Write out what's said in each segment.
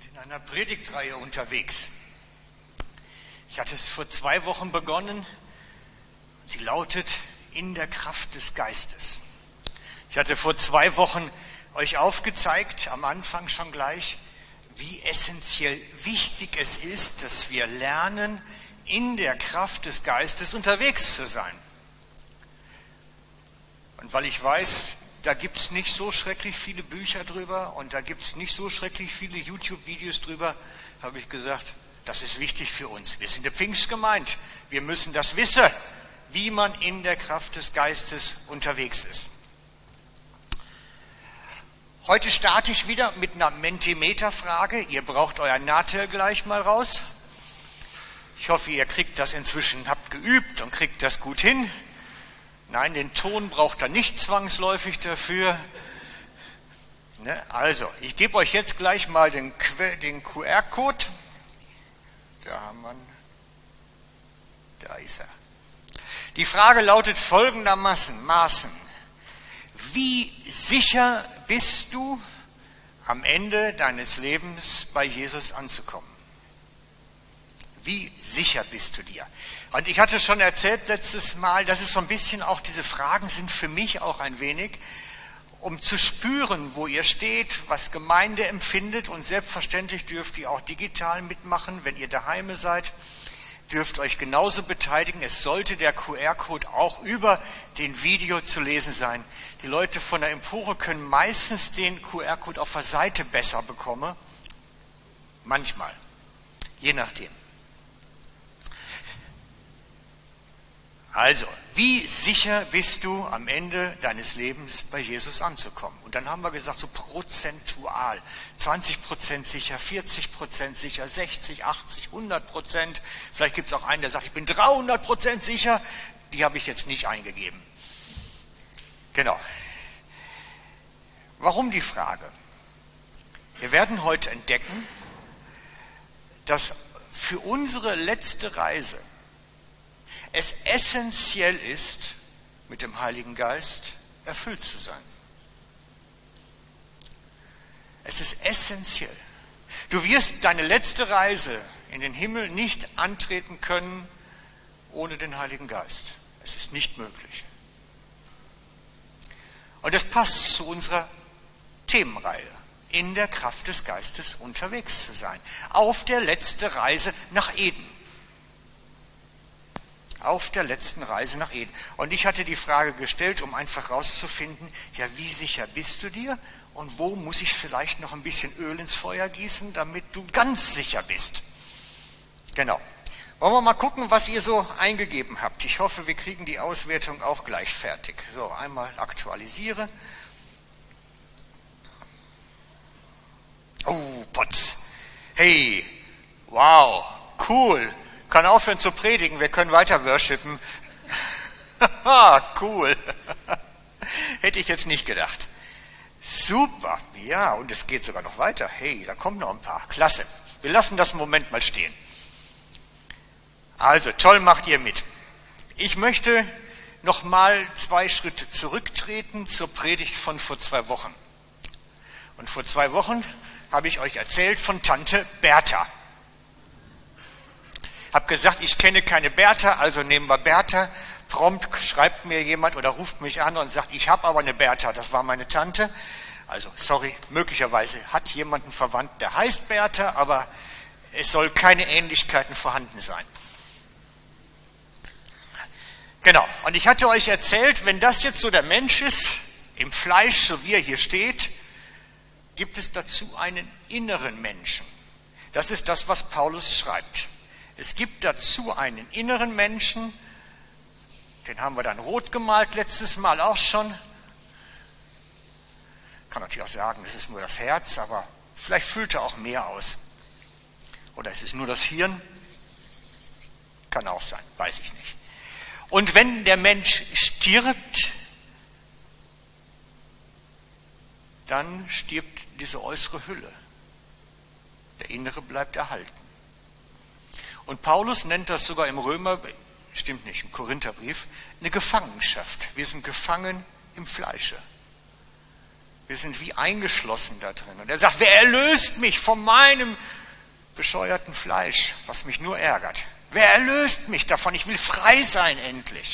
In einer Predigtreihe unterwegs. Ich hatte es vor 2 Wochen begonnen. Sie lautet In der Kraft des Geistes. Ich hatte vor 2 Wochen euch aufgezeigt, am Anfang schon gleich, wie essentiell wichtig es ist, dass wir lernen, in der Kraft des Geistes unterwegs zu sein. Und weil ich weiß, da gibt es nicht so schrecklich viele Bücher drüber und da gibt es nicht so schrecklich viele YouTube-Videos drüber, habe ich gesagt, das ist wichtig für uns. Wir sind eine Pfingstgemeinde. Wir müssen das wissen, wie man in der Kraft des Geistes unterwegs ist. Heute starte ich wieder mit einer Mentimeter-Frage. Ihr braucht euer Nadel gleich mal raus. Ich hoffe, ihr kriegt das inzwischen, habt geübt und kriegt das gut hin. Nein, den Ton braucht er nicht zwangsläufig dafür. Also, ich gebe euch jetzt gleich mal den QR-Code. Da ist er. Die Frage lautet folgendermaßen: Wie sicher bist du, am Ende deines Lebens bei Jesus anzukommen? Wie sicher bist du dir? Und ich hatte schon erzählt letztes Mal, dass es so ein bisschen auch, diese Fragen sind für mich auch ein wenig, um zu spüren, wo ihr steht, was Gemeinde empfindet. Und selbstverständlich dürft ihr auch digital mitmachen, wenn ihr daheim seid, dürft euch genauso beteiligen. Es sollte der QR-Code auch über den Video zu lesen sein. Die Leute von der Empore können meistens den QR-Code auf der Seite besser bekommen. Manchmal, je nachdem. Also, wie sicher bist du am Ende deines Lebens bei Jesus anzukommen? Und dann haben wir gesagt, so prozentual, 20% sicher, 40% sicher, 60, 80, 100%. Vielleicht gibt es auch einen, der sagt, ich bin 300% sicher. Die habe ich jetzt nicht eingegeben. Genau. Warum die Frage? Wir werden heute entdecken, dass für unsere letzte Reise es essentiell ist, mit dem Heiligen Geist erfüllt zu sein. Es ist essentiell. Du wirst deine letzte Reise in den Himmel nicht antreten können ohne den Heiligen Geist. Es ist nicht möglich. Und es passt zu unserer Themenreihe, in der Kraft des Geistes unterwegs zu sein. Auf der letzten Reise nach Eden. Auf der letzten Reise nach Eden. Und ich hatte die Frage gestellt, um einfach herauszufinden, ja, wie sicher bist du dir und wo muss ich vielleicht noch ein bisschen Öl ins Feuer gießen, damit du ganz sicher bist. Genau. Wollen wir mal gucken, was ihr so eingegeben habt. Ich hoffe, wir kriegen die Auswertung auch gleich fertig. So, einmal aktualisiere. Oh, Potz. Hey, wow, cool. Kann aufhören zu predigen, wir können weiter worshipen. Cool. Hätte ich jetzt nicht gedacht. Super, ja, und es geht sogar noch weiter. Hey, da kommen noch ein paar. Klasse. Wir lassen das einen Moment mal stehen. Also, toll macht ihr mit. Ich möchte noch mal 2 Schritte zurücktreten zur Predigt von vor 2 Wochen. Und vor 2 Wochen habe ich euch erzählt von Tante Bertha. Habe gesagt, ich kenne keine Bertha, also nehmen wir Bertha. Prompt schreibt mir jemand oder ruft mich an und sagt, ich habe aber eine Bertha, das war meine Tante. Also, sorry, möglicherweise hat jemand einen Verwandten, der heißt Bertha, aber es soll keine Ähnlichkeiten vorhanden sein. Genau, und ich hatte euch erzählt, wenn das jetzt so der Mensch ist, im Fleisch, so wie er hier steht, gibt es dazu einen inneren Menschen. Das ist das, was Paulus schreibt. Es gibt dazu einen inneren Menschen, den haben wir dann rot gemalt, letztes Mal auch schon. Kann natürlich auch sagen, es ist nur das Herz, aber vielleicht füllt er auch mehr aus. Oder es ist nur das Hirn. Kann auch sein, weiß ich nicht. Und wenn der Mensch stirbt, dann stirbt diese äußere Hülle. Der innere bleibt erhalten. Und Paulus nennt das sogar im im Korintherbrief, eine Gefangenschaft. Wir sind gefangen im Fleische. Wir sind wie eingeschlossen da drin. Und er sagt, wer erlöst mich von meinem bescheuerten Fleisch, was mich nur ärgert? Wer erlöst mich davon? Ich will frei sein endlich.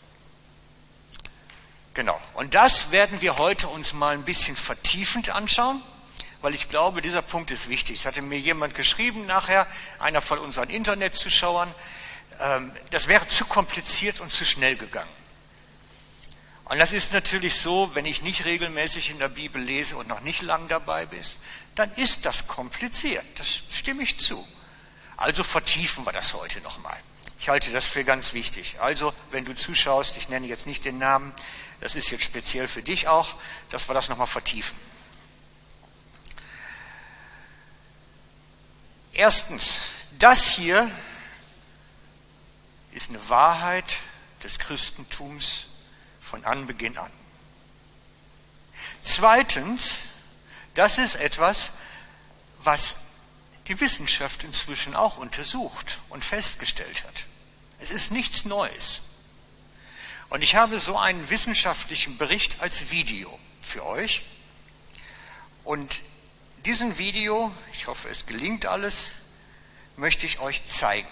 Genau. Und das werden wir heute uns mal ein bisschen vertiefend anschauen, weil ich glaube, dieser Punkt ist wichtig. Es hatte mir jemand geschrieben nachher, einer von unseren Internetzuschauern, das wäre zu kompliziert und zu schnell gegangen. Und das ist natürlich so, wenn ich nicht regelmäßig in der Bibel lese und noch nicht lang dabei bin, dann ist das kompliziert. Das stimme ich zu. Also vertiefen wir das heute nochmal. Ich halte das für ganz wichtig. Also, wenn du zuschaust, ich nenne jetzt nicht den Namen, das ist jetzt speziell für dich auch, dass wir das nochmal vertiefen. Erstens, das hier ist eine Wahrheit des Christentums von Anbeginn an. Zweitens, das ist etwas, was die Wissenschaft inzwischen auch untersucht und festgestellt hat. Es ist nichts Neues. Und ich habe so einen wissenschaftlichen Bericht als Video für euch. Und diesen Video, ich hoffe, es gelingt alles, möchte ich euch zeigen.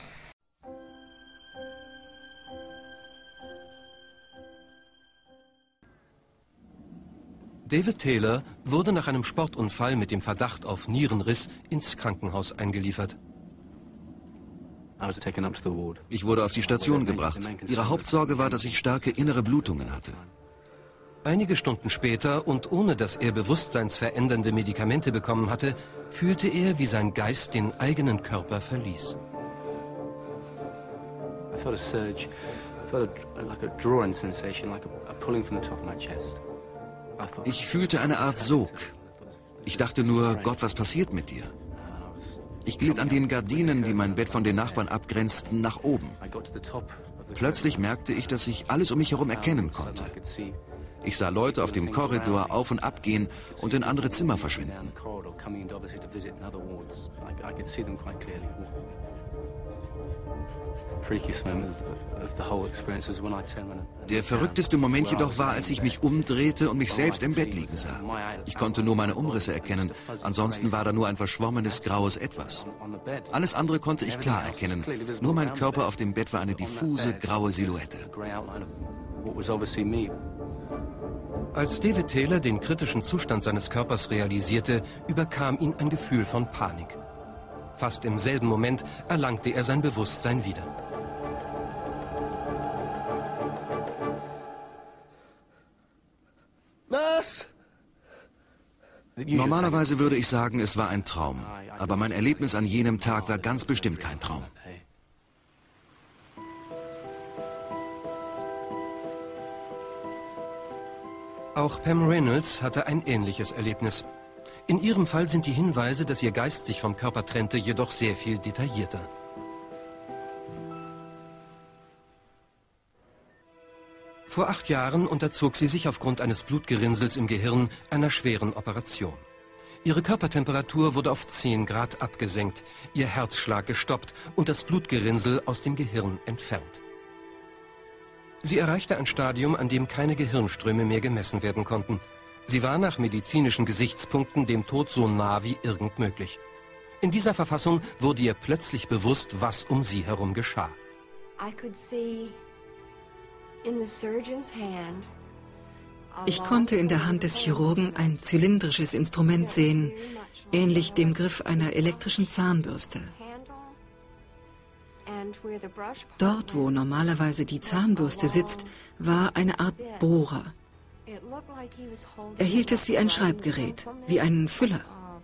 David Taylor wurde nach einem Sportunfall mit dem Verdacht auf Nierenriss ins Krankenhaus eingeliefert. Ich wurde auf die Station gebracht. Ihre Hauptsorge war, dass ich starke innere Blutungen hatte. Einige Stunden später und ohne dass er bewusstseinsverändernde Medikamente bekommen hatte, fühlte er, wie sein Geist den eigenen Körper verließ. Ich fühlte eine Art Sog. Ich dachte nur, Gott, was passiert mit dir? Ich glitt an den Gardinen, die mein Bett von den Nachbarn abgrenzten, nach oben. Plötzlich merkte ich, dass ich alles um mich herum erkennen konnte. Ich sah Leute auf dem Korridor auf und ab gehen und in andere Zimmer verschwinden. Der verrückteste Moment jedoch war, als ich mich umdrehte und mich selbst im Bett liegen sah. Ich konnte nur meine Umrisse erkennen, ansonsten war da nur ein verschwommenes graues Etwas. Alles andere konnte ich klar erkennen, nur mein Körper auf dem Bett war eine diffuse graue Silhouette. Als David Taylor den kritischen Zustand seines Körpers realisierte, überkam ihn ein Gefühl von Panik. Fast im selben Moment erlangte er sein Bewusstsein wieder. Was? Normalerweise würde ich sagen, es war ein Traum. Aber mein Erlebnis an jenem Tag war ganz bestimmt kein Traum. Auch Pam Reynolds hatte ein ähnliches Erlebnis. In ihrem Fall sind die Hinweise, dass ihr Geist sich vom Körper trennte, jedoch sehr viel detaillierter. Vor 8 Jahren unterzog sie sich aufgrund eines Blutgerinnsels im Gehirn einer schweren Operation. Ihre Körpertemperatur wurde auf 10 Grad abgesenkt, ihr Herzschlag gestoppt und das Blutgerinnsel aus dem Gehirn entfernt. Sie erreichte ein Stadium, an dem keine Gehirnströme mehr gemessen werden konnten. Sie war nach medizinischen Gesichtspunkten dem Tod so nah wie irgend möglich. In dieser Verfassung wurde ihr plötzlich bewusst, was um sie herum geschah. Ich konnte in der Hand des Chirurgen ein zylindrisches Instrument sehen, ähnlich dem Griff einer elektrischen Zahnbürste. Dort, wo normalerweise die Zahnbürste sitzt, war eine Art Bohrer. Er hielt es wie ein Schreibgerät, wie einen Füller.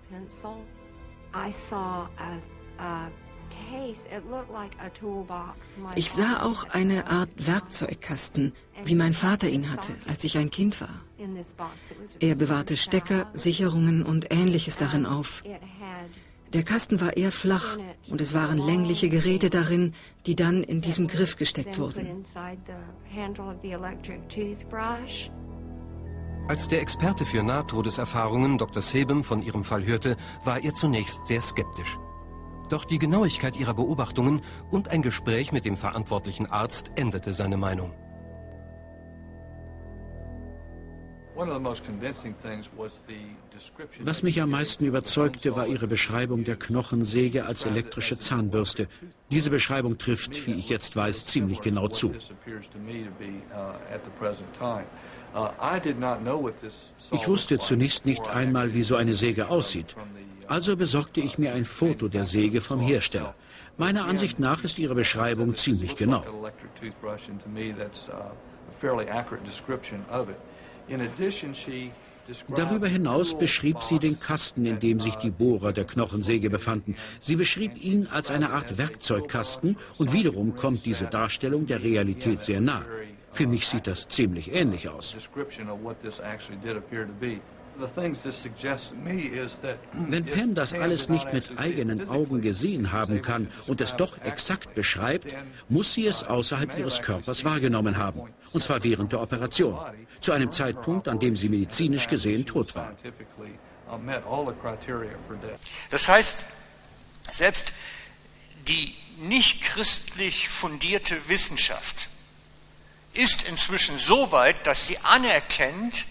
Ich sah auch eine Art Werkzeugkasten, wie mein Vater ihn hatte, als ich ein Kind war. Er bewahrte Stecker, Sicherungen und Ähnliches darin auf. Der Kasten war eher flach und es waren längliche Geräte darin, die dann in diesem Griff gesteckt wurden. Als der Experte für Nahtodeserfahrungen, Dr. Sebem, von ihrem Fall hörte, war er zunächst sehr skeptisch. Doch die Genauigkeit ihrer Beobachtungen und ein Gespräch mit dem verantwortlichen Arzt änderte seine Meinung. Was mich am meisten überzeugte, war ihre Beschreibung der Knochensäge als elektrische Zahnbürste. Diese Beschreibung trifft, wie ich jetzt weiß, ziemlich genau zu. Ich wusste zunächst nicht einmal, wie so eine Säge aussieht. Also besorgte ich mir ein Foto der Säge vom Hersteller. Meiner Ansicht nach ist ihre Beschreibung ziemlich genau. Darüber hinaus beschrieb sie den Kasten, in dem sich die Bohrer der Knochensäge befanden. Sie beschrieb ihn als eine Art Werkzeugkasten und wiederum kommt diese Darstellung der Realität sehr nah. Für mich sieht das ziemlich ähnlich aus. Wenn Pam das alles nicht mit eigenen Augen gesehen haben kann und es doch exakt beschreibt, muss sie es außerhalb ihres Körpers wahrgenommen haben. Und zwar während der Operation. Zu einem Zeitpunkt, an dem sie medizinisch gesehen tot war. Das heißt, selbst die nicht christlich fundierte Wissenschaft ist inzwischen so weit, dass sie anerkennt,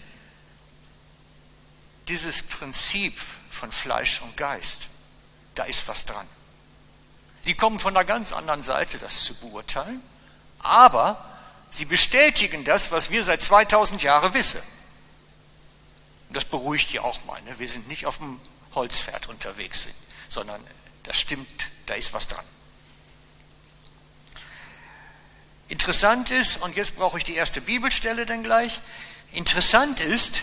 dieses Prinzip von Fleisch und Geist, da ist was dran. Sie kommen von einer ganz anderen Seite, das zu beurteilen, aber sie bestätigen das, was wir seit 2000 Jahren wissen. Und das beruhigt ja auch mal. Ne? Wir sind nicht auf dem Holzpferd unterwegs, sondern das stimmt, da ist was dran. Interessant ist, und jetzt brauche ich die erste Bibelstelle dann gleich, interessant ist,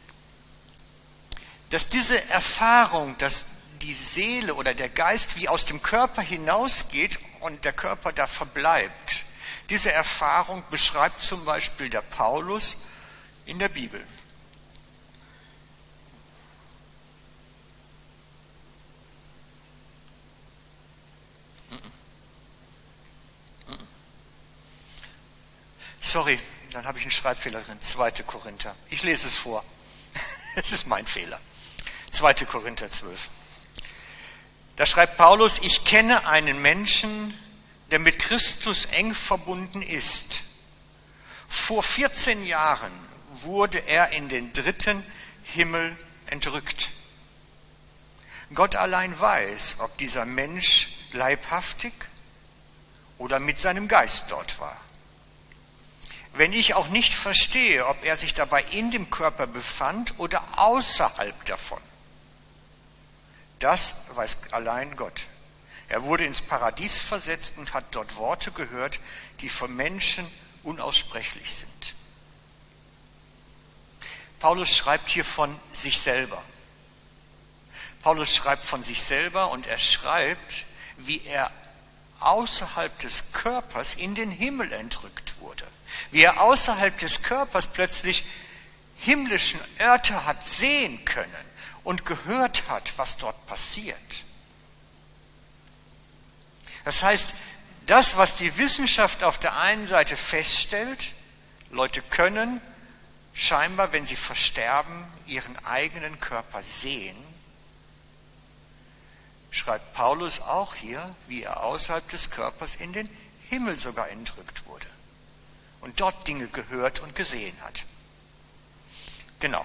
dass diese Erfahrung, dass die Seele oder der Geist wie aus dem Körper hinausgeht und der Körper da verbleibt, diese Erfahrung beschreibt zum Beispiel der Paulus in der Bibel. Sorry, dann habe ich einen Schreibfehler drin. 2. Korinther. Ich lese es vor. Es ist mein Fehler. 2. Korinther 12. Da schreibt Paulus, ich kenne einen Menschen, der mit Christus eng verbunden ist. Vor 14 Jahren wurde er in den 3. Himmel entrückt. Gott allein weiß, ob dieser Mensch leibhaftig oder mit seinem Geist dort war. Wenn ich auch nicht verstehe, ob er sich dabei in dem Körper befand oder außerhalb davon. Das weiß allein Gott. Er wurde ins Paradies versetzt und hat dort Worte gehört, die von Menschen unaussprechlich sind. Paulus schreibt hier von sich selber. Paulus schreibt von sich selber und er schreibt, wie er außerhalb des Körpers in den Himmel entrückt wurde. Wie er außerhalb des Körpers plötzlich himmlischen Orte hat sehen können und gehört hat, was dort passiert. Das heißt, das, was die Wissenschaft auf der einen Seite feststellt, Leute können scheinbar, wenn sie versterben, ihren eigenen Körper sehen, schreibt Paulus auch hier, wie er außerhalb des Körpers in den Himmel sogar entrückt wurde und dort Dinge gehört und gesehen hat. Genau.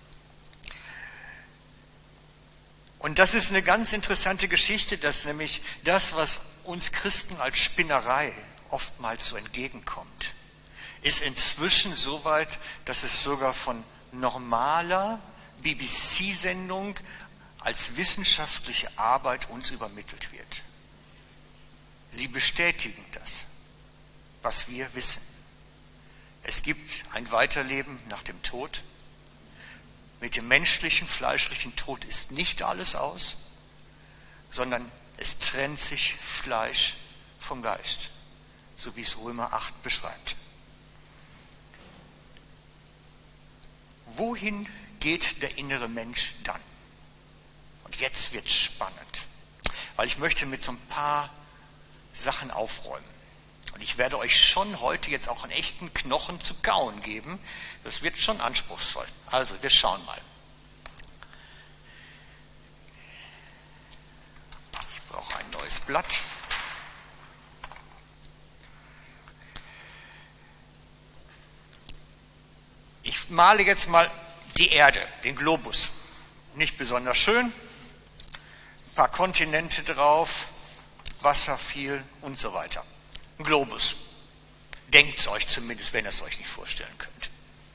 Und das ist eine ganz interessante Geschichte, dass nämlich das, was uns Christen als Spinnerei oftmals so entgegenkommt, ist inzwischen so weit, dass es sogar von normaler BBC-Sendung als wissenschaftliche Arbeit uns übermittelt wird. Sie bestätigen das, was wir wissen. Es gibt ein Weiterleben nach dem Tod. Mit dem menschlichen, fleischlichen Tod ist nicht alles aus, sondern es trennt sich Fleisch vom Geist, so wie es Römer 8 beschreibt. Wohin geht der innere Mensch dann? Und jetzt wird es spannend, weil ich möchte mit so ein paar Sachen aufräumen. Und ich werde euch schon heute jetzt auch einen echten Knochen zu kauen geben. Das wird schon anspruchsvoll. Also, wir schauen mal. Ich brauche ein neues Blatt. Ich male jetzt mal die Erde, den Globus. Nicht besonders schön, ein paar Kontinente drauf, Wasser viel und so weiter. Ein Globus. Denkt es euch zumindest, wenn ihr es euch nicht vorstellen könnt.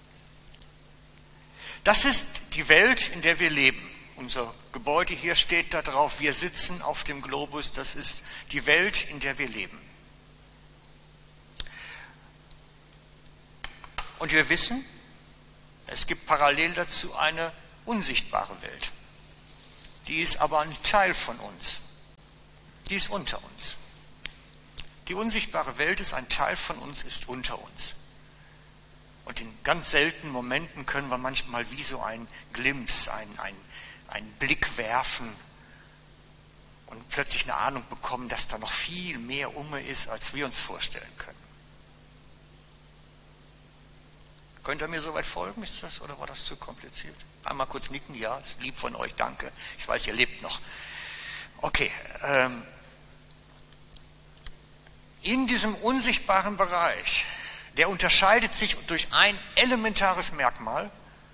Das ist die Welt, in der wir leben. Unser Gebäude hier steht da drauf, wir sitzen auf dem Globus, das ist die Welt, in der wir leben. Und wir wissen, es gibt parallel dazu eine unsichtbare Welt. Die ist aber ein Teil von uns. Die ist unter uns. Die unsichtbare Welt ist ein Teil von uns, ist unter uns. Und in ganz seltenen Momenten können wir manchmal wie so ein Glimps, einen Blick werfen und plötzlich eine Ahnung bekommen, dass da noch viel mehr ist, als wir uns vorstellen können. Könnt ihr mir soweit folgen? Ist das, oder war das zu kompliziert? Einmal kurz nicken, ja, ist lieb von euch, danke. Ich weiß, ihr lebt noch. Okay, in diesem unsichtbaren Bereich, der unterscheidet sich durch ein elementares Merkmal,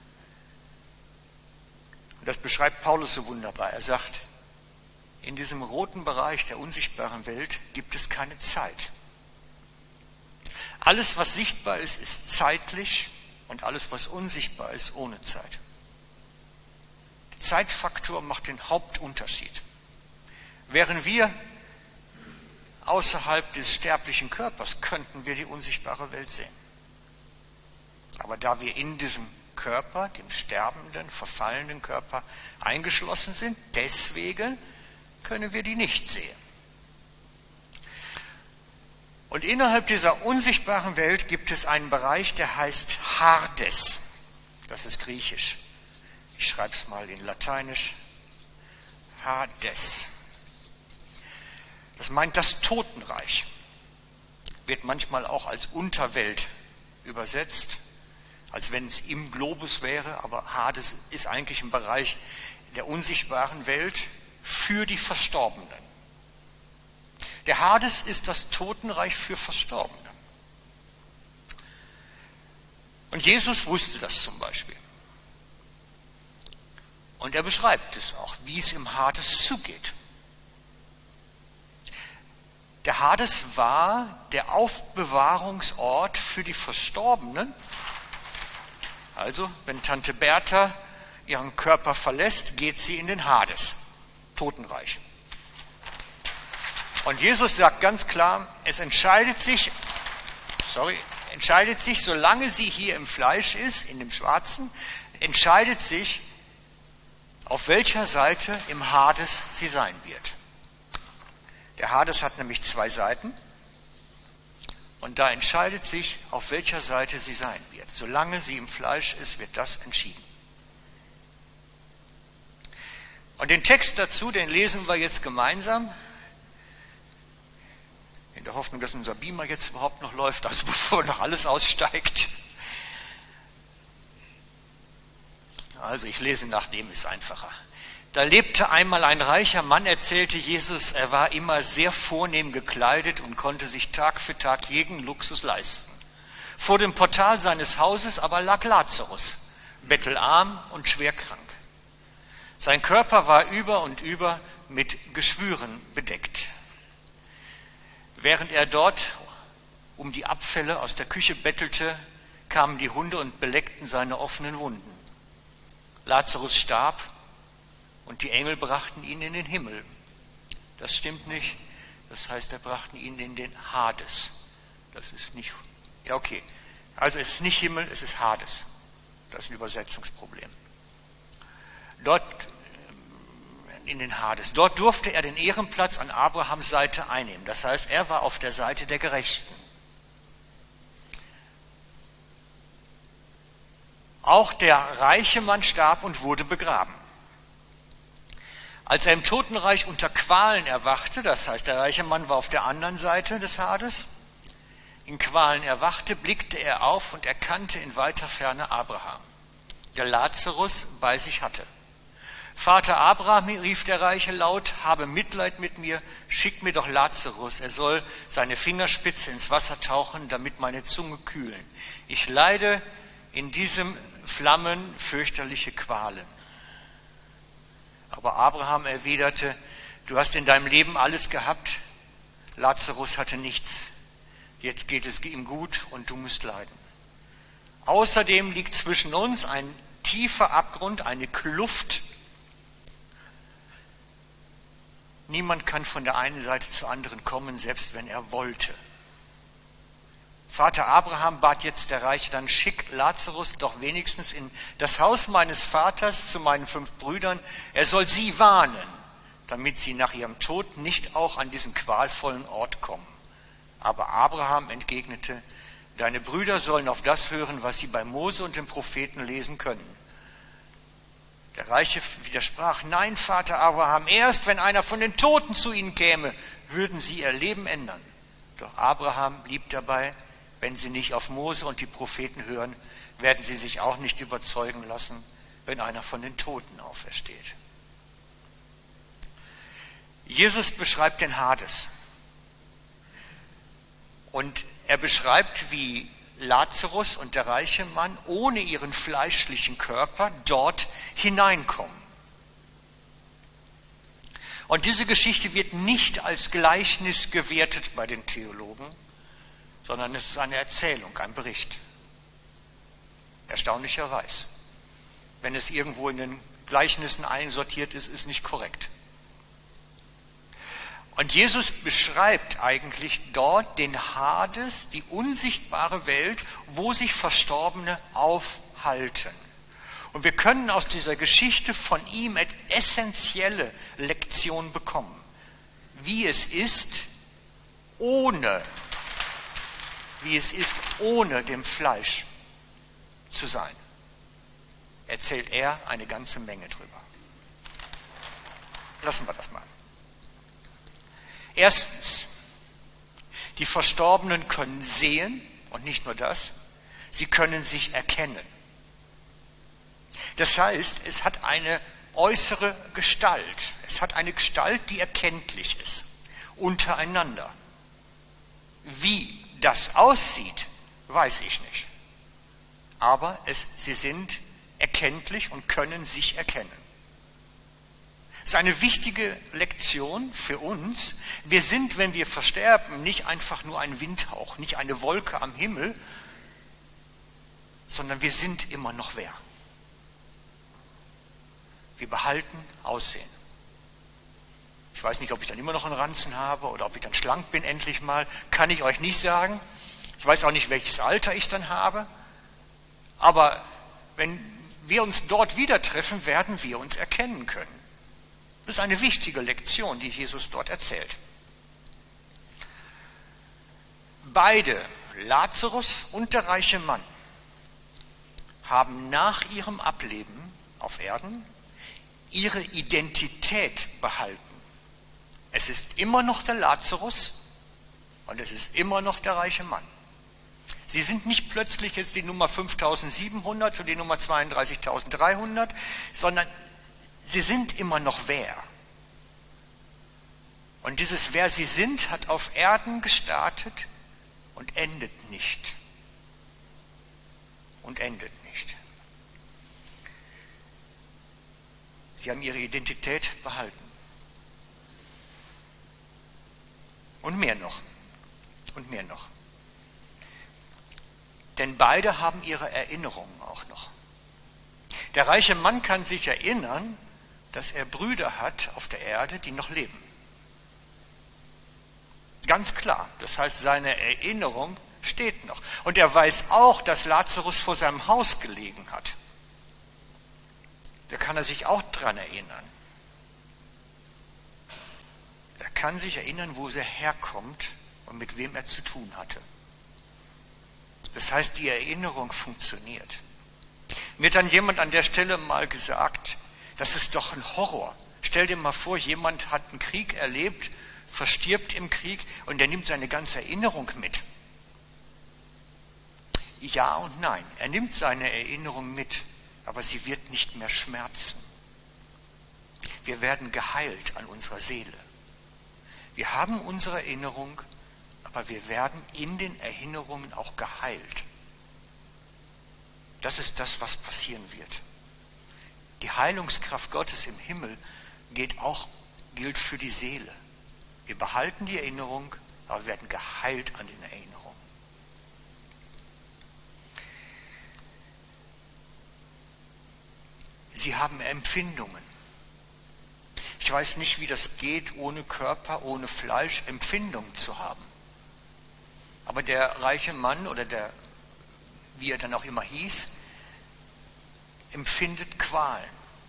und das beschreibt Paulus so wunderbar. Er sagt, in diesem roten Bereich der unsichtbaren Welt gibt es keine Zeit. Alles, was sichtbar ist, ist zeitlich, und alles, was unsichtbar ist, ohne Zeit. Der Zeitfaktor macht den Hauptunterschied. Wären wir außerhalb des sterblichen Körpers, könnten wir die unsichtbare Welt sehen. Aber da wir in diesem Körper, dem sterbenden, verfallenen Körper, eingeschlossen sind, deswegen können wir die nicht sehen. Und innerhalb dieser unsichtbaren Welt gibt es einen Bereich, der heißt Hades. Das ist griechisch. Ich schreibe es mal in Lateinisch. Hades. Das meint das Totenreich. Wird manchmal auch als Unterwelt übersetzt, als wenn es im Globus wäre, aber Hades ist eigentlich ein Bereich der unsichtbaren Welt für die Verstorbenen. Der Hades ist das Totenreich für Verstorbene. Und Jesus wusste das zum Beispiel. Und er beschreibt es auch, wie es im Hades zugeht. Der Hades war der Aufbewahrungsort für die Verstorbenen. Also, wenn Tante Bertha ihren Körper verlässt, geht sie in den Hades, Totenreich. Und Jesus sagt ganz klar, es entscheidet sich, solange sie hier im Fleisch ist, in dem Schwarzen, entscheidet sich, auf welcher Seite im Hades sie sein wird. Der Hades hat nämlich 2 Seiten und da entscheidet sich, auf welcher Seite sie sein wird. Solange sie im Fleisch ist, wird das entschieden. Und den Text dazu, den lesen wir jetzt gemeinsam, in der Hoffnung, dass unser Beamer jetzt überhaupt noch läuft, also bevor noch alles aussteigt. Also ich lese nach, dem ist einfacher. Da lebte einmal ein reicher Mann, erzählte Jesus, er war immer sehr vornehm gekleidet und konnte sich Tag für Tag jeden Luxus leisten. Vor dem Portal seines Hauses aber lag Lazarus, bettelarm und schwer krank. Sein Körper war über und über mit Geschwüren bedeckt. Während er dort um die Abfälle aus der Küche bettelte, kamen die Hunde und beleckten seine offenen Wunden. Lazarus starb und die Engel brachten ihn in den Himmel. Das stimmt nicht, das heißt, er brachten ihn in den Hades. Das ist nicht, ja okay, also es ist nicht Himmel, es ist Hades. Das ist ein Übersetzungsproblem. Dort in den Hades. Dort durfte er den Ehrenplatz an Abrahams Seite einnehmen. Das heißt, er war auf der Seite der Gerechten. Auch der reiche Mann starb und wurde begraben. Als er im Totenreich unter Qualen erwachte, das heißt, der reiche Mann war auf der anderen Seite des Hades, in Qualen erwachte, blickte er auf und erkannte in weiter Ferne Abraham, der Lazarus bei sich hatte. Vater Abraham, rief der Reiche laut, habe Mitleid mit mir, schick mir doch Lazarus, er soll seine Fingerspitze ins Wasser tauchen, damit meine Zunge kühlen. Ich leide in diesem Flammen fürchterliche Qualen. Aber Abraham erwiderte, du hast in deinem Leben alles gehabt, Lazarus hatte nichts. Jetzt geht es ihm gut und du musst leiden. Außerdem liegt zwischen uns ein tiefer Abgrund, eine Kluft. Niemand kann von der einen Seite zur anderen kommen, selbst wenn er wollte. Vater Abraham bat jetzt der Reiche, dann schick Lazarus doch wenigstens in das Haus meines Vaters zu meinen 5 Brüdern. Er soll sie warnen, damit sie nach ihrem Tod nicht auch an diesen qualvollen Ort kommen. Aber Abraham entgegnete, deine Brüder sollen auf das hören, was sie bei Mose und den Propheten lesen können. Der Reiche widersprach, nein, Vater Abraham, erst wenn einer von den Toten zu ihnen käme, würden sie ihr Leben ändern. Doch Abraham blieb dabei, wenn sie nicht auf Mose und die Propheten hören, werden sie sich auch nicht überzeugen lassen, wenn einer von den Toten aufersteht. Jesus beschreibt den Hades. Und er beschreibt, wie Lazarus und der reiche Mann ohne ihren fleischlichen Körper dort hineinkommen. Und diese Geschichte wird nicht als Gleichnis gewertet bei den Theologen, sondern es ist eine Erzählung, ein Bericht. Erstaunlicherweise. Wenn es irgendwo in den Gleichnissen einsortiert ist, ist nicht korrekt. Und Jesus beschreibt eigentlich dort den Hades, die unsichtbare Welt, wo sich Verstorbene aufhalten. Und wir können aus dieser Geschichte von ihm eine essentielle Lektion bekommen, wie es ist, ohne dem Fleisch zu sein. Erzählt er eine ganze Menge drüber. Lassen wir das mal. Erstens, die Verstorbenen können sehen und nicht nur das, sie können sich erkennen. Das heißt, es hat eine äußere Gestalt. Es hat eine Gestalt, die erkenntlich ist, untereinander. Wie das aussieht, weiß ich nicht. Aber sie sind erkenntlich und können sich erkennen. Das ist eine wichtige Lektion für uns. Wir sind, wenn wir versterben, nicht einfach nur ein Windhauch, nicht eine Wolke am Himmel, sondern wir sind immer noch wer. Wir behalten Aussehen. Ich weiß nicht, ob ich dann immer noch einen Ranzen habe oder ob ich dann schlank bin endlich mal, kann ich euch nicht sagen. Ich weiß auch nicht, welches Alter ich dann habe. Aber wenn wir uns dort wieder treffen, werden wir uns erkennen können. Das ist eine wichtige Lektion, die Jesus dort erzählt. Beide, Lazarus und der reiche Mann, haben nach ihrem Ableben auf Erden ihre Identität behalten. Es ist immer noch der Lazarus und es ist immer noch der reiche Mann. Sie sind nicht plötzlich jetzt die Nummer 5700 oder die Nummer 32.300, sondern sie sind immer noch wer. Und dieses Wer sie sind, hat auf Erden gestartet und endet nicht. Und endet nicht. Sie haben ihre Identität behalten. Und mehr noch. Und mehr noch. Denn beide haben ihre Erinnerungen auch noch. Der reiche Mann kann sich erinnern, dass er Brüder hat auf der Erde, die noch leben. Ganz klar. Das heißt, seine Erinnerung steht noch. Und er weiß auch, dass Lazarus vor seinem Haus gelegen hat. Da kann er sich auch dran erinnern. Er kann sich erinnern, wo er herkommt und mit wem er zu tun hatte. Das heißt, die Erinnerung funktioniert. Mir hat dann jemand an der Stelle mal gesagt, das ist doch ein Horror. Stell dir mal vor, jemand hat einen Krieg erlebt, verstirbt im Krieg und der nimmt seine ganze Erinnerung mit. Ja und nein, er nimmt seine Erinnerung mit, aber sie wird nicht mehr schmerzen. Wir werden geheilt an unserer Seele. Wir haben unsere Erinnerung, aber wir werden in den Erinnerungen auch geheilt. Das ist das, was passieren wird. Die Heilungskraft Gottes im Himmel gilt für die Seele. Wir behalten die Erinnerung, aber wir werden geheilt an den Erinnerungen. Sie haben Empfindungen. Ich weiß nicht, wie das geht, ohne Körper, ohne Fleisch Empfindungen zu haben. Aber der reiche Mann oder wie er dann auch immer hieß, empfindet Qualen.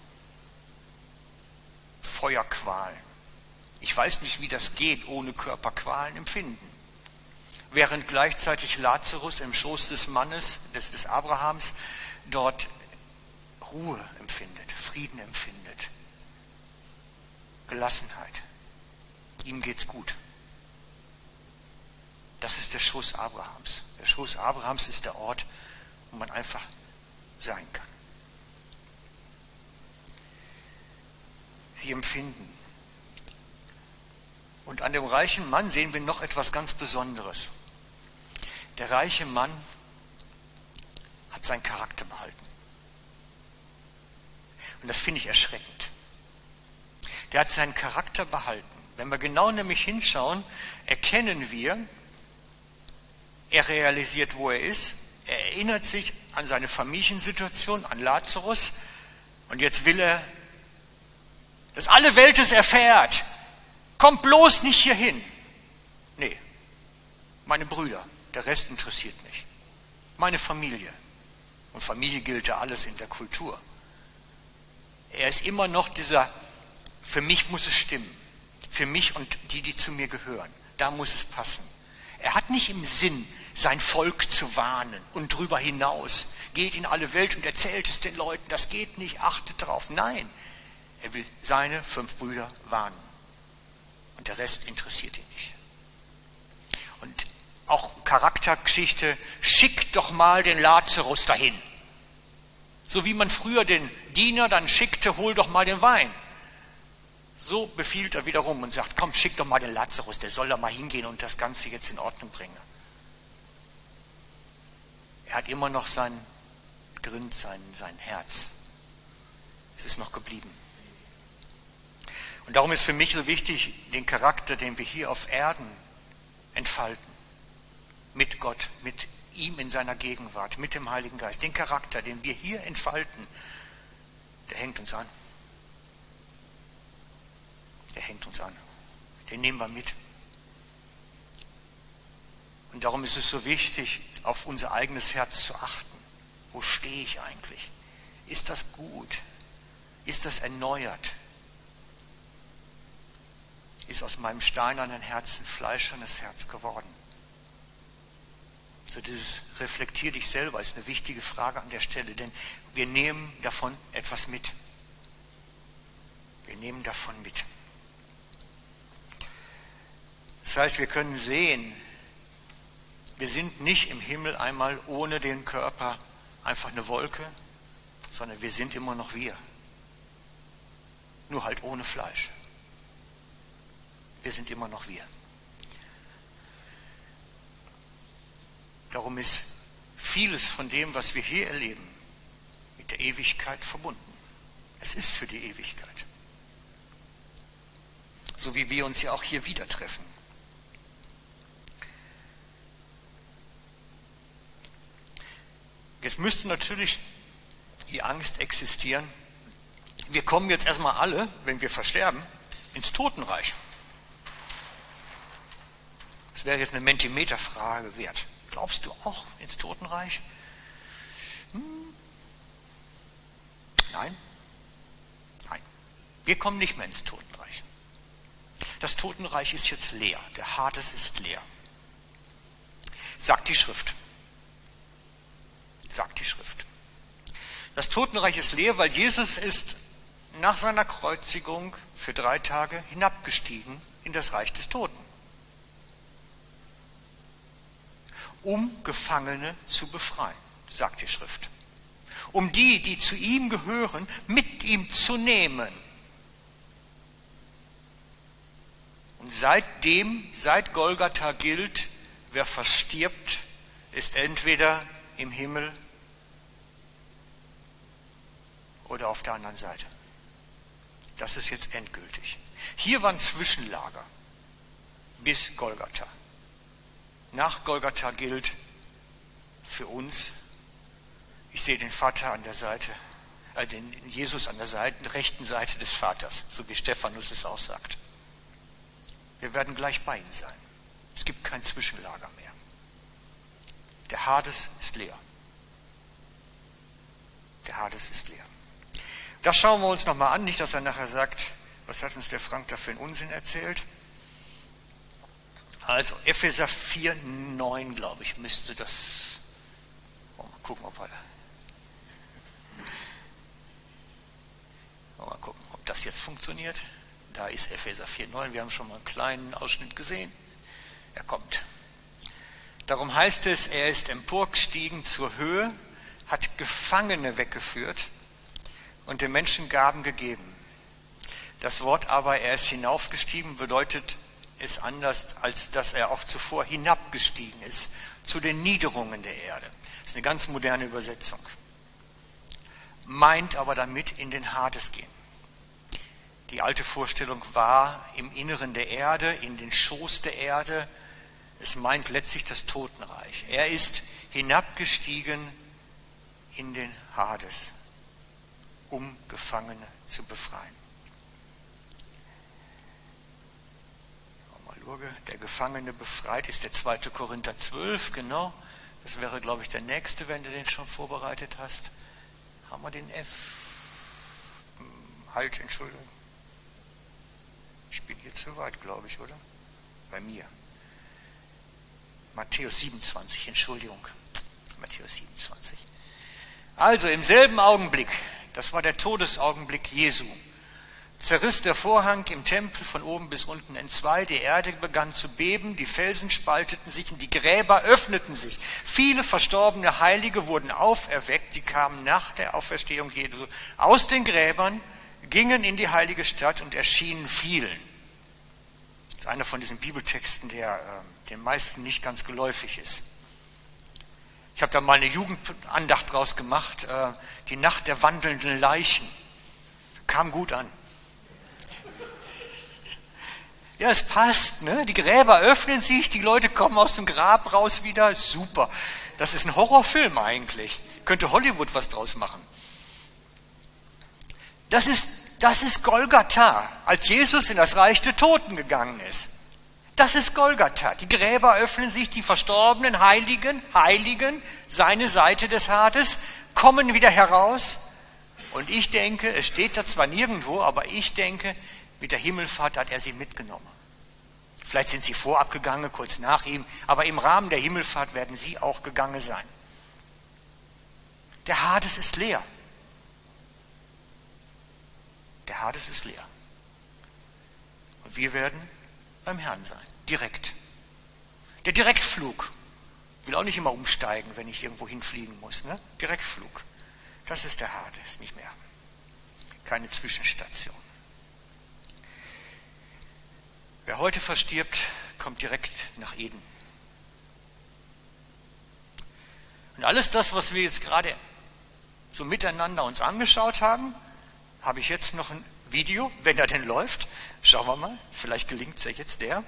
Feuerqualen. Ich weiß nicht, wie das geht, ohne Körperqualen empfinden. Während gleichzeitig Lazarus im Schoß des Mannes, des Abrahams, dort Ruhe empfindet, Frieden empfindet, Gelassenheit. Ihm geht's gut. Das ist der Schoß Abrahams. Der Schoß Abrahams ist der Ort, wo man einfach sein kann. Sie empfinden. Und an dem reichen Mann sehen wir noch etwas ganz Besonderes. Der reiche Mann hat seinen Charakter behalten. Und das finde ich erschreckend. Der hat seinen Charakter behalten. Wenn wir genau nämlich hinschauen, erkennen wir, er realisiert, wo er ist. Er erinnert sich an seine Familiensituation, an Lazarus. Und jetzt will er, dass alle Welt es erfährt. Kommt bloß nicht hierhin. Nee, meine Brüder, der Rest interessiert mich. Meine Familie. Und Familie gilt ja alles in der Kultur. Er ist immer noch für mich muss es stimmen. Für mich und die zu mir gehören. Da muss es passen. Er hat nicht im Sinn, sein Volk zu warnen und darüber hinaus. Geht in alle Welt und erzählt es den Leuten. Das geht nicht, achtet darauf. Nein, er will seine 5 Brüder warnen. Und der Rest interessiert ihn nicht. Und auch Charaktergeschichte, schickt doch mal den Lazarus dahin. So wie man früher den Diener dann schickte, hol doch mal den Wein. So befiehlt er wiederum und sagt, komm, schick doch mal den Lazarus, der soll da mal hingehen und das Ganze jetzt in Ordnung bringen. Er hat immer noch sein Grind, sein Herz. Es ist noch geblieben. Und darum ist für mich so wichtig, den Charakter, den wir hier auf Erden entfalten, mit Gott, mit ihm in seiner Gegenwart, mit dem Heiligen Geist, den Charakter, den wir hier entfalten, der hängt uns an. Der hängt uns an. Den nehmen wir mit. Und darum ist es so wichtig, auf unser eigenes Herz zu achten. Wo stehe ich eigentlich? Ist das gut? Ist das erneuert? Ist aus meinem steinernen Herzen fleischernes Herz geworden? So dieses reflektier dich selber ist eine wichtige Frage an der Stelle, denn wir nehmen davon etwas mit. Wir nehmen davon mit. Das heißt, wir können sehen, wir sind nicht im Himmel einmal ohne den Körper einfach eine Wolke, sondern wir sind immer noch wir. Nur halt ohne Fleisch. Wir sind immer noch wir. Darum ist vieles von dem, was wir hier erleben, mit der Ewigkeit verbunden. Es ist für die Ewigkeit. So wie wir uns ja auch hier wieder treffen. Jetzt müsste natürlich die Angst existieren. Wir kommen jetzt erstmal alle, wenn wir versterben, ins Totenreich. Das wäre jetzt eine Mentimeterfrage wert. Glaubst du auch ins Totenreich? Nein? Nein. Wir kommen nicht mehr ins Totenreich. Das Totenreich ist jetzt leer. Der Hades ist leer. Sagt die Schrift. Sagt die Schrift. Das Totenreich ist leer, weil Jesus ist nach seiner Kreuzigung für 3 Tage hinabgestiegen in das Reich des Toten. Um Gefangene zu befreien, sagt die Schrift. Um die zu ihm gehören, mit ihm zu nehmen. Und seit Golgatha gilt, wer verstirbt, ist entweder im Himmel Erde auf der anderen Seite. Das ist jetzt endgültig. Hier war ein Zwischenlager bis Golgatha. Nach Golgatha gilt für uns, ich sehe den Vater an der Seite, den Jesus an der rechten Seite des Vaters, so wie Stephanus es auch sagt. Wir werden gleich bei ihm sein. Es gibt kein Zwischenlager mehr. Der Hades ist leer. Der Hades ist leer. Das schauen wir uns nochmal an, nicht, dass er nachher sagt, was hat uns der Frank da für einen Unsinn erzählt. Also Epheser 4,9, glaube ich, müsste das. Mal gucken, ob das jetzt funktioniert. Da ist Epheser 4,9. Wir haben schon mal einen kleinen Ausschnitt gesehen. Er kommt. Darum heißt es, er ist emporgestiegen zur Höhe, hat Gefangene weggeführt und den Menschen Gaben gegeben. Das Wort aber, er ist hinaufgestiegen, bedeutet es anders, als dass er auch zuvor hinabgestiegen ist zu den Niederungen der Erde. Das ist eine ganz moderne Übersetzung. Meint aber damit in den Hades gehen. Die alte Vorstellung war im Inneren der Erde, in den Schoß der Erde. Es meint letztlich das Totenreich. Er ist hinabgestiegen in den Hades, um Gefangene zu befreien. Der Gefangene befreit ist der 2. Korinther 12, genau. Das wäre, glaube ich, der nächste, wenn du den schon vorbereitet hast. Haben wir den F? Halt, Entschuldigung. Ich bin hier zu weit, glaube ich, oder? Bei mir. Matthäus 27, Entschuldigung. Matthäus 27. Also im selben Augenblick, das war der Todesaugenblick Jesu, zerriss der Vorhang im Tempel von oben bis unten entzwei, die Erde begann zu beben, die Felsen spalteten sich und die Gräber öffneten sich. Viele verstorbene Heilige wurden auferweckt, sie kamen nach der Auferstehung Jesu aus den Gräbern, gingen in die heilige Stadt und erschienen vielen. Das ist einer von diesen Bibeltexten, der den meisten nicht ganz geläufig ist. Ich habe da mal eine Jugendandacht draus gemacht, die Nacht der wandelnden Leichen. Kam gut an. Ja, es passt, ne? Die Gräber öffnen sich, die Leute kommen aus dem Grab raus wieder, super. Das ist ein Horrorfilm eigentlich. Könnte Hollywood was draus machen. Das ist Golgatha, als Jesus in das Reich der Toten gegangen ist. Das ist Golgatha. Die Gräber öffnen sich, die verstorbenen Heiligen, seine Seite des Hades, kommen wieder heraus. Und ich denke, es steht da zwar nirgendwo, aber ich denke, mit der Himmelfahrt hat er sie mitgenommen. Vielleicht sind sie vorab gegangen, kurz nach ihm, aber im Rahmen der Himmelfahrt werden sie auch gegangen sein. Der Hades ist leer. Der Hades ist leer. Und wir werden beim Herrn sein, direkt. Der Direktflug. Ich will auch nicht immer umsteigen, wenn ich irgendwo hinfliegen muss. Ne? Direktflug. Das ist der Hades, nicht mehr. Keine Zwischenstation. Wer heute verstirbt, kommt direkt nach Eden. Und alles das, was wir jetzt gerade so miteinander uns angeschaut haben, habe ich jetzt noch ein Video, wenn er denn läuft. Schauen wir mal, vielleicht gelingt es ja jetzt der.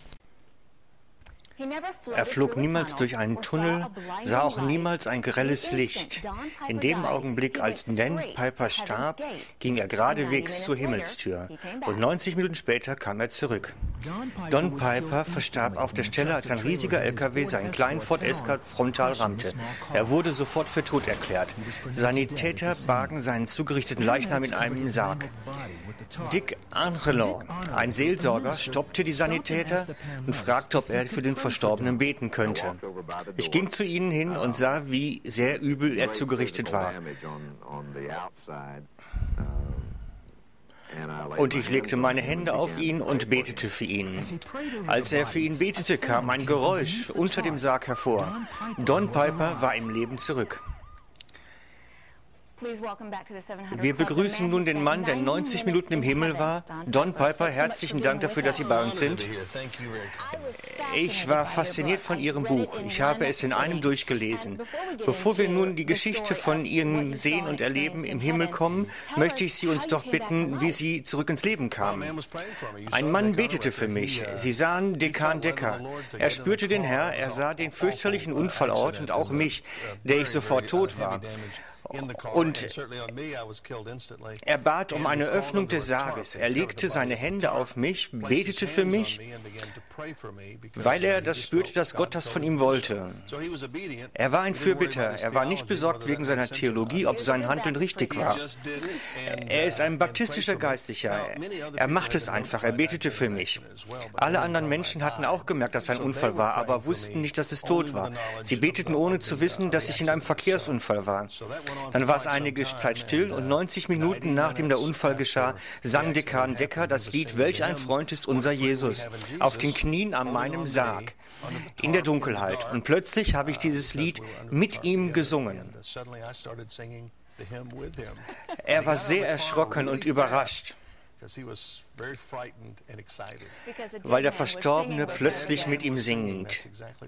Er flog niemals durch einen Tunnel, sah auch niemals ein grelles Licht. In dem Augenblick, als Dan Piper starb, ging er geradewegs zur Himmelstür. Und 90 Minuten später kam er zurück. Don Piper verstarb auf der Stelle, als ein riesiger LKW seinen kleinen Ford Escort frontal rammte. Er wurde sofort für tot erklärt. Sanitäter bargen seinen zugerichteten Leichnam in einem Sarg. Dick Angelon, ein Seelsorger, stoppte die Sanitäter und fragte, ob er für den Verstorbenen beten könnte. Ich ging zu ihnen hin und sah, wie sehr übel er zugerichtet war. Und ich legte meine Hände auf ihn und betete für ihn. Als er für ihn betete, kam ein Geräusch unter dem Sarg hervor. Don Piper war im Leben zurück. Wir begrüßen nun den Mann, der 90 Minuten im Himmel war. Don Piper, herzlichen Dank dafür, dass Sie bei uns sind. Ich war fasziniert von Ihrem Buch. Ich habe es in einem durchgelesen. Bevor wir nun die Geschichte von Ihnen sehen und erleben im Himmel kommen, möchte ich Sie uns doch bitten, wie Sie zurück ins Leben kamen. Ein Mann betete für mich. Sie sahen Dekan Decker. Er spürte den Herr, er sah den fürchterlichen Unfallort und auch mich, der ich sofort tot war. Und er bat um eine Öffnung des Sarges. Er legte seine Hände auf mich, betete für mich, weil er das spürte, dass Gott das von ihm wollte. Er war ein Fürbitter. Er war nicht besorgt wegen seiner Theologie, ob sein Handeln richtig war. Er ist ein baptistischer Geistlicher. Er macht es einfach. Er betete für mich. Alle anderen Menschen hatten auch gemerkt, dass ein Unfall war, aber wussten nicht, dass es tot war. Sie beteten, ohne zu wissen, dass ich in einem Verkehrsunfall war. Dann war es einige Zeit still und 90 Minuten nachdem der Unfall geschah, sang Dekan Decker das Lied »Welch ein Freund ist unser Jesus« auf den Knien an meinem Sarg, in der Dunkelheit. Und plötzlich habe ich dieses Lied mit ihm gesungen. Er war sehr erschrocken und überrascht, weil der Verstorbene plötzlich mit ihm singt.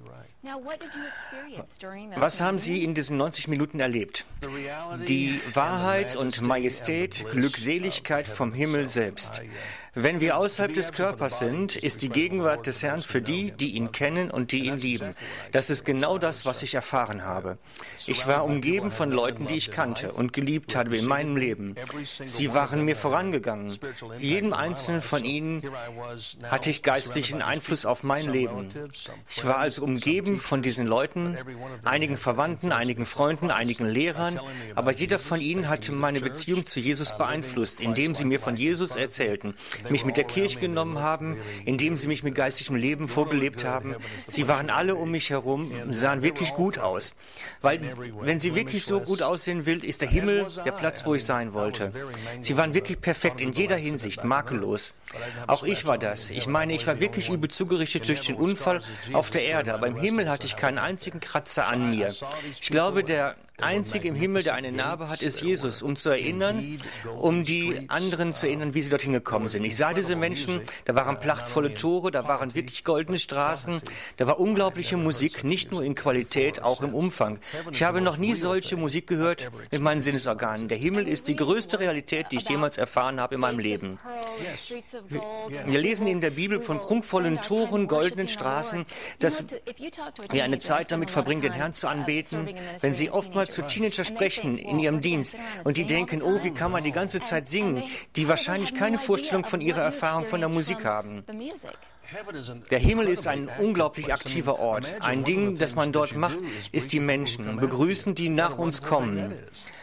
Was haben Sie in diesen 90 Minuten erlebt? Die Wahrheit und Majestät, Glückseligkeit vom Himmel selbst. Wenn wir außerhalb des Körpers sind, ist die Gegenwart des Herrn für die, die ihn kennen und die ihn lieben. Das ist genau das, was ich erfahren habe. Ich war umgeben von Leuten, die ich kannte und geliebt habe in meinem Leben. Sie waren mir vorangegangen. Jedem einzelnen von ihnen hatte ich geistlichen Einfluss auf mein Leben. Ich war also umgeben von diesen Leuten, einigen Verwandten, einigen Freunden, einigen Lehrern, aber jeder von ihnen hatte meine Beziehung zu Jesus beeinflusst, indem sie mir von Jesus erzählten, mich mit der Kirche genommen haben, indem sie mich mit geistigem Leben vorgelebt haben. Sie waren alle um mich herum, sahen wirklich gut aus. Weil, wenn sie wirklich so gut aussehen will, ist der Himmel der Platz, wo ich sein wollte. Sie waren wirklich perfekt in jeder Hinsicht, makellos. Auch ich war das. Ich meine, ich war wirklich übel zugerichtet durch den Unfall auf der Erde, aber im Himmel hatte ich keinen einzigen Kratzer an mir. Ich glaube, der Einzige im Himmel, der eine Narbe hat, ist Jesus, um zu erinnern, um die anderen zu erinnern, wie sie dorthin gekommen sind. Ich sah diese Menschen, da waren prachtvolle Tore, da waren wirklich goldene Straßen, da war unglaubliche Musik, nicht nur in Qualität, auch im Umfang. Ich habe noch nie solche Musik gehört mit meinen Sinnesorganen. Der Himmel ist die größte Realität, die ich jemals erfahren habe in meinem Leben. Wir lesen in der Bibel von prunkvollen Toren, goldenen Straßen, dass wir eine Zeit damit verbringen, den Herrn zu anbeten. Wenn Sie oftmals zu Teenager sprechen in ihrem Dienst und die denken, oh, wie kann man die ganze Zeit singen, die wahrscheinlich keine Vorstellung von ihrer Erfahrung von der Musik haben. Der Himmel ist ein unglaublich aktiver Ort. Ein Ding, das man dort macht, ist die Menschen begrüßen, die nach uns kommen.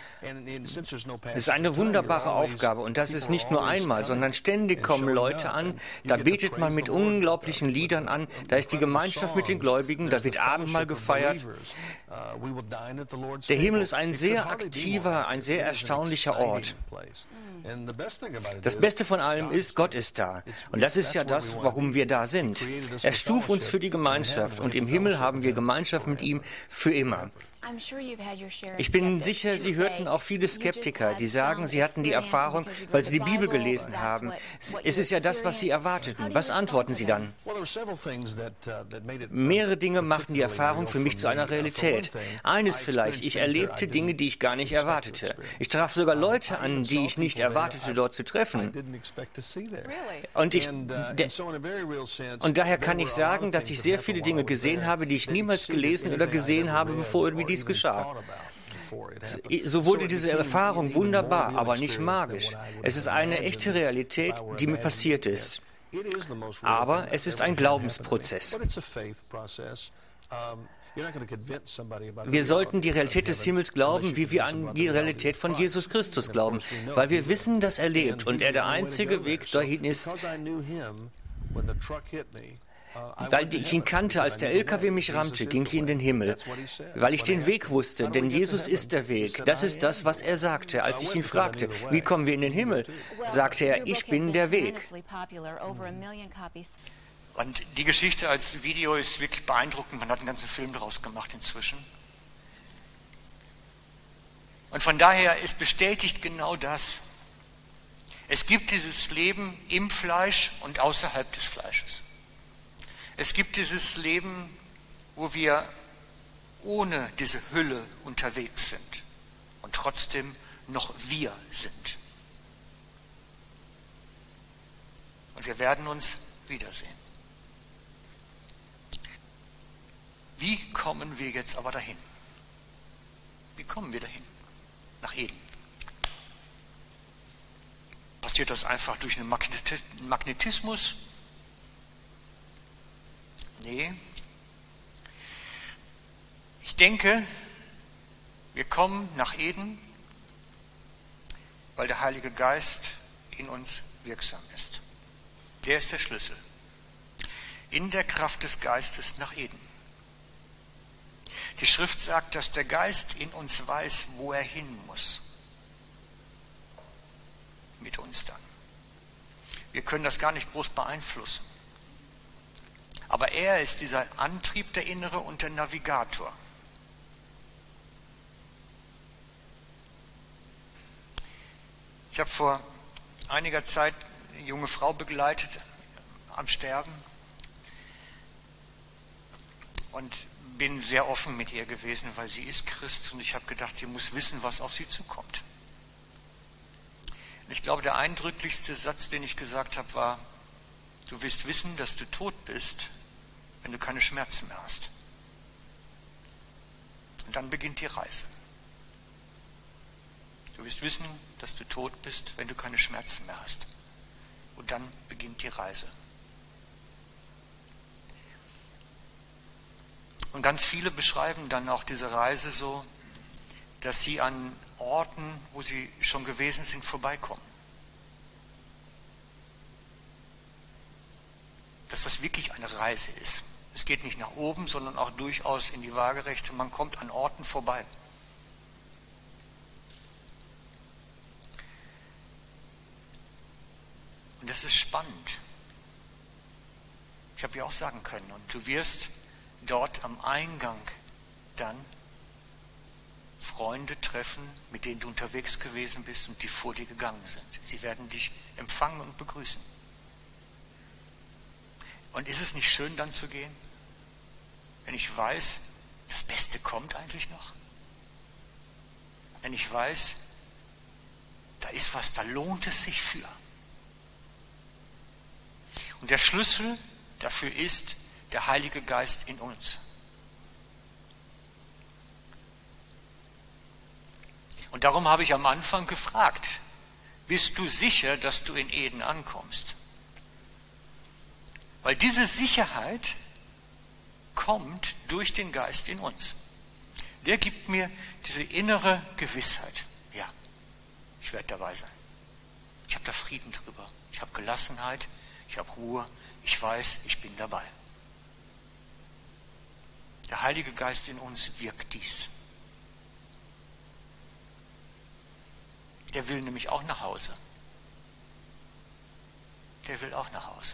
Es ist eine wunderbare Aufgabe und das ist nicht nur einmal, sondern ständig kommen Leute an, da betet man mit unglaublichen Liedern an, da ist die Gemeinschaft mit den Gläubigen, da wird Abendmahl gefeiert. Der Himmel ist ein sehr aktiver, ein sehr erstaunlicher Ort. Das Beste von allem ist, Gott ist da. Und das ist ja das, warum wir da sind. Er schuf uns für die Gemeinschaft und im Himmel haben wir Gemeinschaft mit ihm für immer. Ich bin sicher, Sie hörten auch viele Skeptiker, die sagen, sie hatten die Erfahrung, weil sie die Bibel gelesen haben. Es ist ja das, was sie erwarteten. Was antworten Sie dann? Mehrere Dinge machten die Erfahrung für mich zu einer Realität. Eines vielleicht, ich erlebte Dinge, die ich gar nicht erwartete. Ich traf sogar Leute an, die ich nicht erwartete, dort zu treffen. Und daher kann ich sagen, dass ich sehr viele Dinge gesehen habe, die ich niemals gelesen oder gesehen habe, bevor mir dies geschah. So wurde diese Erfahrung wunderbar, aber nicht magisch. Es ist eine echte Realität, die mir passiert ist. Aber es ist ein Glaubensprozess. Wir sollten die Realität des Himmels glauben, wie wir an die Realität von Jesus Christus glauben, weil wir wissen, dass er lebt und er der einzige Weg dahin ist. Weil ich ihn kannte, als der LKW mich rammte, ging ich in den Himmel. Weil ich den Weg wusste, denn Jesus ist der Weg. Das ist das, was er sagte, als ich ihn fragte, wie kommen wir in den Himmel? Sagte er, ich bin der Weg. Und die Geschichte als Video ist wirklich beeindruckend. Man hat einen ganzen Film daraus gemacht inzwischen. Und von daher ist bestätigt genau das. Es gibt dieses Leben im Fleisch und außerhalb des Fleisches. Es gibt dieses Leben, wo wir ohne diese Hülle unterwegs sind und trotzdem noch wir sind. Und wir werden uns wiedersehen. Wie kommen wir jetzt aber dahin? Wie kommen wir dahin? Nach Eden. Passiert das einfach durch einen Magnetismus? Nee. Ich denke, wir kommen nach Eden, weil der Heilige Geist in uns wirksam ist. Der ist der Schlüssel. In der Kraft des Geistes nach Eden. Die Schrift sagt, dass der Geist in uns weiß, wo er hin muss. Mit uns dann. Wir können das gar nicht groß beeinflussen. Aber er ist dieser Antrieb, der Innere und der Navigator. Ich habe vor einiger Zeit eine junge Frau begleitet am Sterben und bin sehr offen mit ihr gewesen, weil sie ist Christ und ich habe gedacht, sie muss wissen, was auf sie zukommt. Und ich glaube, der eindrücklichste Satz, den ich gesagt habe, war: Du wirst wissen, dass du tot bist, wenn du keine Schmerzen mehr hast. Und dann beginnt die Reise. Du wirst wissen, dass du tot bist, wenn du keine Schmerzen mehr hast. Und dann beginnt die Reise. Und ganz viele beschreiben dann auch diese Reise so, dass sie an Orten, wo sie schon gewesen sind, vorbeikommen. Dass das wirklich eine Reise ist. Es geht nicht nach oben, sondern auch durchaus in die Waagerechte. Man kommt an Orten vorbei. Und das ist spannend. Ich habe ja auch sagen können, und du wirst dort am Eingang dann Freunde treffen, mit denen du unterwegs gewesen bist und die vor dir gegangen sind. Sie werden dich empfangen und begrüßen. Und ist es nicht schön, dann zu gehen? Wenn ich weiß, das Beste kommt eigentlich noch? Wenn ich weiß, da ist was, da lohnt es sich für. Und der Schlüssel dafür ist der Heilige Geist in uns. Und darum habe ich am Anfang gefragt, bist du sicher, dass du in Eden ankommst? Weil diese Sicherheit kommt durch den Geist in uns. Der gibt mir diese innere Gewissheit. Ja, ich werde dabei sein. Ich habe da Frieden drüber. Ich habe Gelassenheit. Ich habe Ruhe. Ich weiß, ich bin dabei. Der Heilige Geist in uns wirkt dies. Der will nämlich auch nach Hause. Der will auch nach Hause.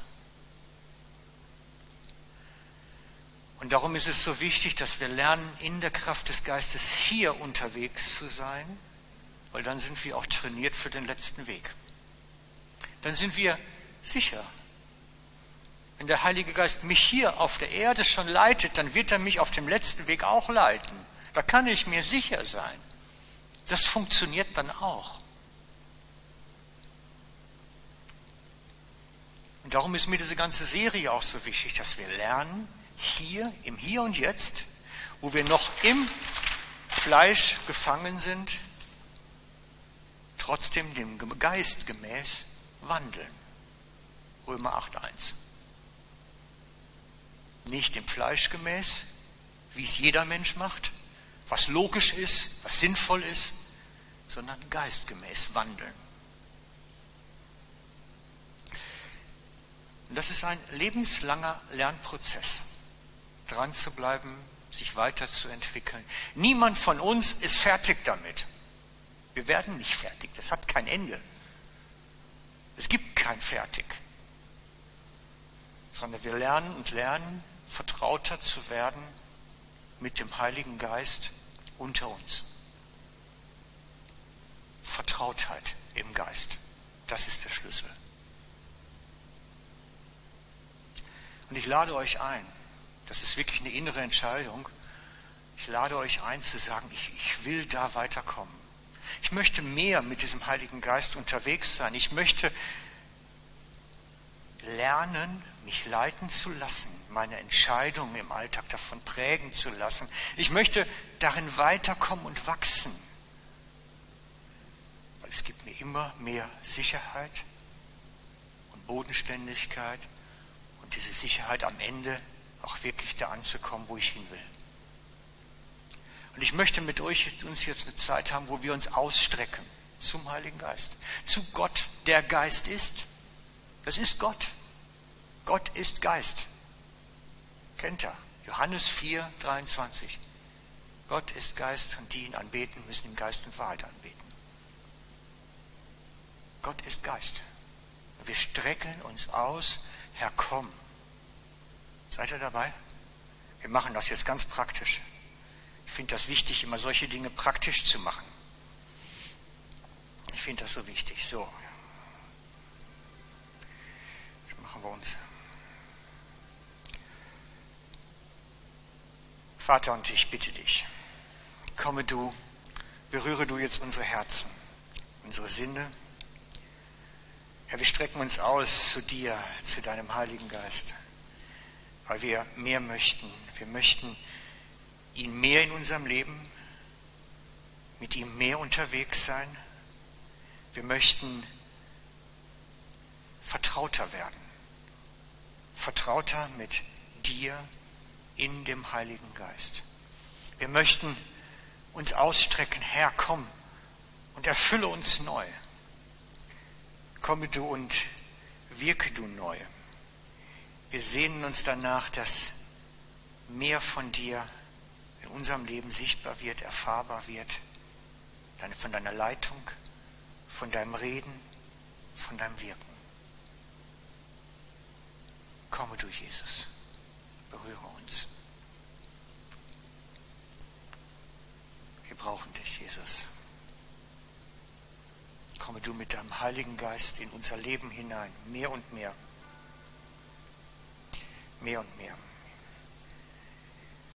Und darum ist es so wichtig, dass wir lernen, in der Kraft des Geistes hier unterwegs zu sein, weil dann sind wir auch trainiert für den letzten Weg. Dann sind wir sicher. Wenn der Heilige Geist mich hier auf der Erde schon leitet, dann wird er mich auf dem letzten Weg auch leiten. Da kann ich mir sicher sein. Das funktioniert dann auch. Und darum ist mir diese ganze Serie auch so wichtig, dass wir lernen, hier, im Hier und Jetzt, wo wir noch im Fleisch gefangen sind, trotzdem dem Geist gemäß wandeln. Römer 8,1. Nicht dem Fleisch gemäß, wie es jeder Mensch macht, was logisch ist, was sinnvoll ist, sondern geistgemäß wandeln. Und das ist ein lebenslanger Lernprozess, dran zu bleiben, sich weiterzuentwickeln. Niemand von uns ist fertig damit. Wir werden nicht fertig, das hat kein Ende. Es gibt kein Fertig. Sondern wir lernen und lernen, vertrauter zu werden mit dem Heiligen Geist unter uns. Vertrautheit im Geist. Das ist der Schlüssel. Und ich lade euch ein, das ist wirklich eine innere Entscheidung, ich lade euch ein zu sagen, ich will da weiterkommen. Ich möchte mehr mit diesem Heiligen Geist unterwegs sein. Ich möchte lernen, mich leiten zu lassen, meine Entscheidungen im Alltag davon prägen zu lassen. Ich möchte darin weiterkommen und wachsen. Weil es gibt mir immer mehr Sicherheit und Bodenständigkeit und diese Sicherheit am Ende auch wirklich da anzukommen, wo ich hin will. Und ich möchte mit uns jetzt eine Zeit haben, wo wir uns ausstrecken zum Heiligen Geist, zu Gott, der Geist ist. Das ist Gott. Gott ist Geist. Kennt er? Johannes 4, 23. Gott ist Geist und die ihn anbeten, müssen ihn Geist und Wahrheit anbeten. Gott ist Geist. Und wir strecken uns aus, Herr, komm. Seid ihr dabei? Wir machen das jetzt ganz praktisch. Ich finde das wichtig, immer solche Dinge praktisch zu machen. Ich finde das so wichtig. So. Das machen wir uns. Vater, und ich bitte dich, komme du, berühre du jetzt unsere Herzen, unsere Sinne. Herr, wir strecken uns aus zu dir, zu deinem Heiligen Geist, weil wir mehr möchten. Wir möchten ihn mehr in unserem Leben, mit ihm mehr unterwegs sein. Wir möchten vertrauter werden. Vertrauter mit dir in dem Heiligen Geist. Wir möchten uns ausstrecken, Herr, komm und erfülle uns neu. Komme du und wirke du neu. Wir sehnen uns danach, dass mehr von dir in unserem Leben sichtbar wird, erfahrbar wird, von deiner Leitung, von deinem Reden, von deinem Wirken. Komme du, Jesus, berühre uns. Wir brauchen dich, Jesus. Komme du mit deinem Heiligen Geist in unser Leben hinein, mehr und mehr. Mehr und mehr.